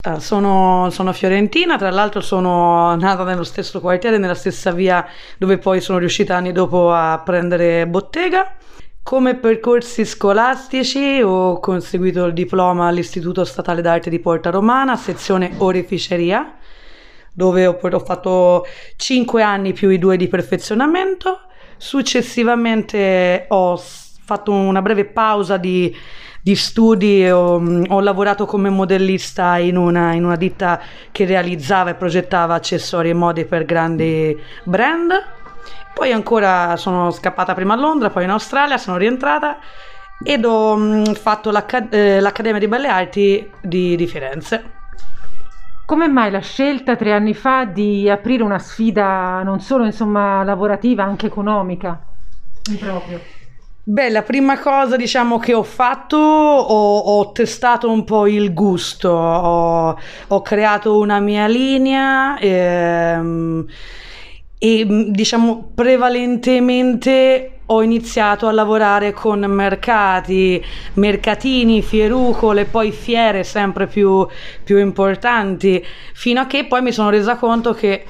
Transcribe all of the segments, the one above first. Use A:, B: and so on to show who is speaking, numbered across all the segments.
A: Sono fiorentina, tra l'altro sono nata nello stesso quartiere, nella stessa via dove poi sono riuscita anni dopo a prendere bottega. Come percorsi scolastici ho conseguito il diploma all'Istituto Statale d'Arte di Porta Romana, sezione oreficeria, dove ho fatto 5 anni più i 2 di perfezionamento. Successivamente ho fatto una breve pausa di studi e ho lavorato come modellista in una ditta che realizzava e progettava accessori e mode per grandi brand. Poi ancora sono scappata prima a Londra, poi in Australia, sono rientrata ed ho fatto l'Accademia di Belle Arti di Firenze.
B: Come mai la scelta 3 anni fa di aprire una sfida non solo insomma lavorativa, anche economica in proprio?
A: Beh, la prima cosa diciamo che ho fatto, ho testato un po' il gusto, ho creato una mia linea e diciamo prevalentemente ho iniziato a lavorare con mercatini, fierucole, poi fiere sempre più importanti, fino a che poi mi sono resa conto che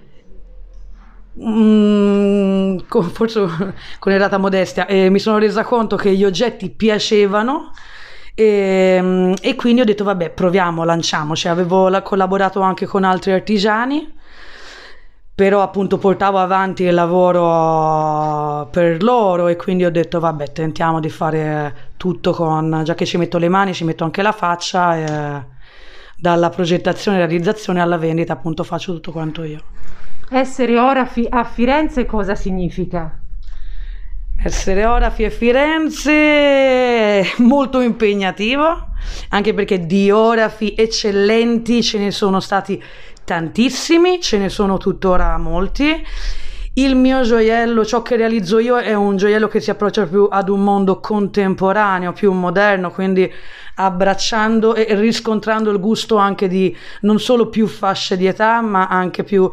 A: forse con errata modestia mi sono resa conto che gli oggetti piacevano e quindi ho detto vabbè, proviamo, lanciamoci. Avevo collaborato anche con altri artigiani, però appunto portavo avanti il lavoro per loro e quindi ho detto vabbè, tentiamo di fare tutto già che ci metto le mani, ci metto anche la faccia e dalla progettazione, realizzazione alla vendita appunto faccio tutto quanto io.
B: Essere orafi a Firenze cosa significa?
A: Essere orafi a Firenze è molto impegnativo, anche perché di orafi eccellenti ce ne sono stati tantissimi, ce ne sono tuttora molti. Il mio gioiello, ciò che realizzo io, è un gioiello che si approccia più ad un mondo contemporaneo, più moderno, quindi abbracciando e riscontrando il gusto anche di non solo più fasce di età, ma anche più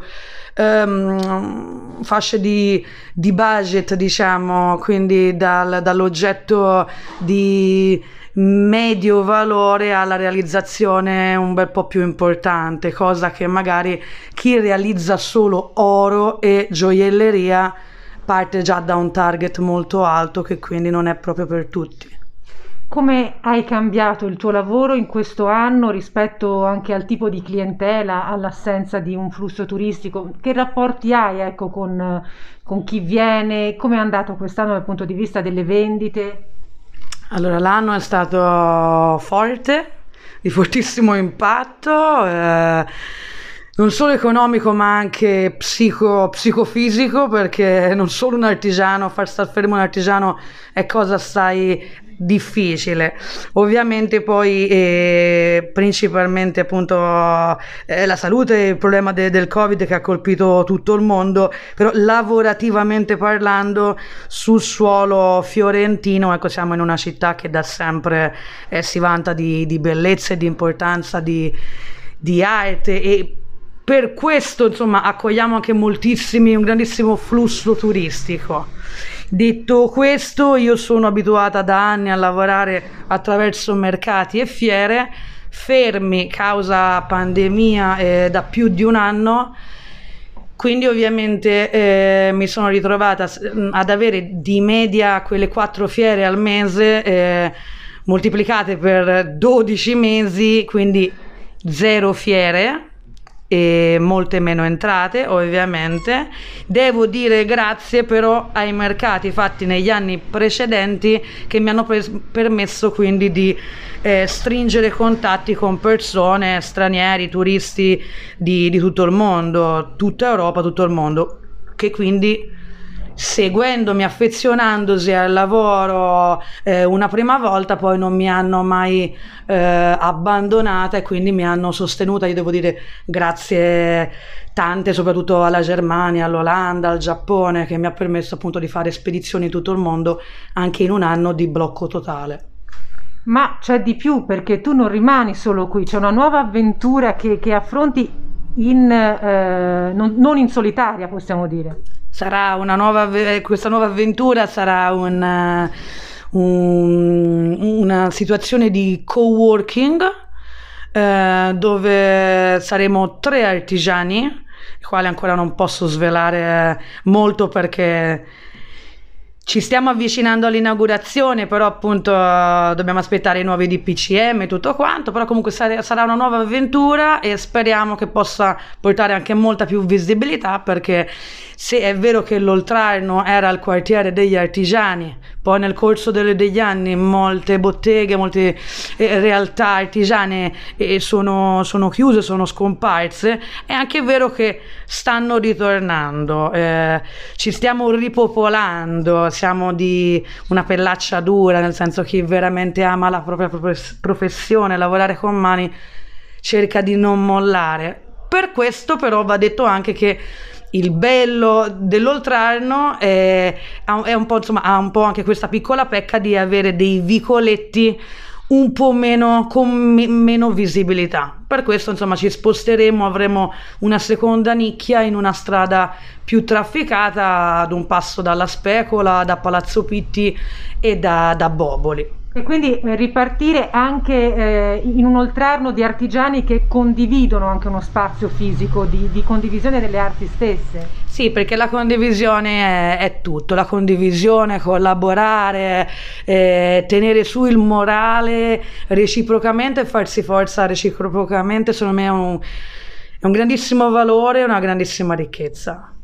A: fasce di budget, diciamo, quindi dall'oggetto di medio valore alla realizzazione un bel po' più importante, cosa che magari chi realizza solo oro e gioielleria parte già da un target molto alto, che quindi non è proprio per tutti.
B: Come hai cambiato il tuo lavoro in questo anno rispetto anche al tipo di clientela, all'assenza di un flusso turistico? Che rapporti hai, ecco, con chi viene? Come è andato quest'anno dal punto di vista delle vendite?
A: Allora, l'anno è stato forte, di fortissimo impatto, non solo economico ma anche psicofisico, perché non solo un artigiano, far star fermo un artigiano è cosa assai difficile. Ovviamente poi principalmente appunto la salute, il problema del Covid che ha colpito tutto il mondo, però lavorativamente parlando sul suolo fiorentino, ecco, siamo in una città che da sempre si vanta di bellezza e di importanza di arte, e per questo insomma accogliamo anche un grandissimo flusso turistico. Detto questo, io sono abituata da anni a lavorare attraverso mercati e fiere, fermi causa pandemia da più di un anno, quindi ovviamente mi sono ritrovata ad avere di media quelle 4 fiere al mese moltiplicate per 12 mesi, quindi 0 fiere e molte meno entrate. Ovviamente devo dire grazie però ai mercati fatti negli anni precedenti, che mi hanno permesso quindi di stringere contatti con persone, stranieri, turisti di tutto il mondo, tutta Europa, tutto il mondo, che quindi seguendomi, affezionandosi al lavoro una prima volta, poi non mi hanno mai abbandonata e quindi mi hanno sostenuta. Io devo dire grazie tante, soprattutto alla Germania, all'Olanda, al Giappone, che mi ha permesso appunto di fare spedizioni in tutto il mondo anche in un anno di blocco totale.
B: Ma c'è di più, perché tu non rimani solo qui, c'è una nuova avventura che affronti non in solitaria, possiamo dire.
A: Sarà questa nuova avventura sarà una situazione di coworking dove saremo 3 artigiani, i quali ancora non posso svelare molto perché ci stiamo avvicinando all'inaugurazione, però appunto dobbiamo aspettare i nuovi DPCM e tutto quanto, però comunque sarà una nuova avventura e speriamo che possa portare anche molta più visibilità, perché se è vero che l'Oltrarno era il quartiere degli artigiani, poi nel corso degli anni molte botteghe, molte realtà artigiane sono chiuse, sono scomparse, è anche vero che stanno ritornando, ci stiamo ripopolando, siamo di una pellaccia dura, nel senso che chi veramente ama la propria professione, lavorare con mani, cerca di non mollare. Per questo però va detto anche che il bello dell'Oltrarno è un po', insomma, ha un po' anche questa piccola pecca di avere dei vicoletti un po' meno, con meno visibilità. Per questo insomma ci sposteremo, avremo una seconda nicchia in una strada più trafficata, ad un passo dalla Specola, da Palazzo Pitti e da Boboli.
B: E quindi ripartire anche in un Oltrarno di artigiani che condividono anche uno spazio fisico di condivisione delle arti stesse.
A: Sì, perché la condivisione è tutto, la condivisione, collaborare, tenere su il morale reciprocamente e farsi forza reciprocamente, secondo me è un grandissimo valore, una grandissima ricchezza.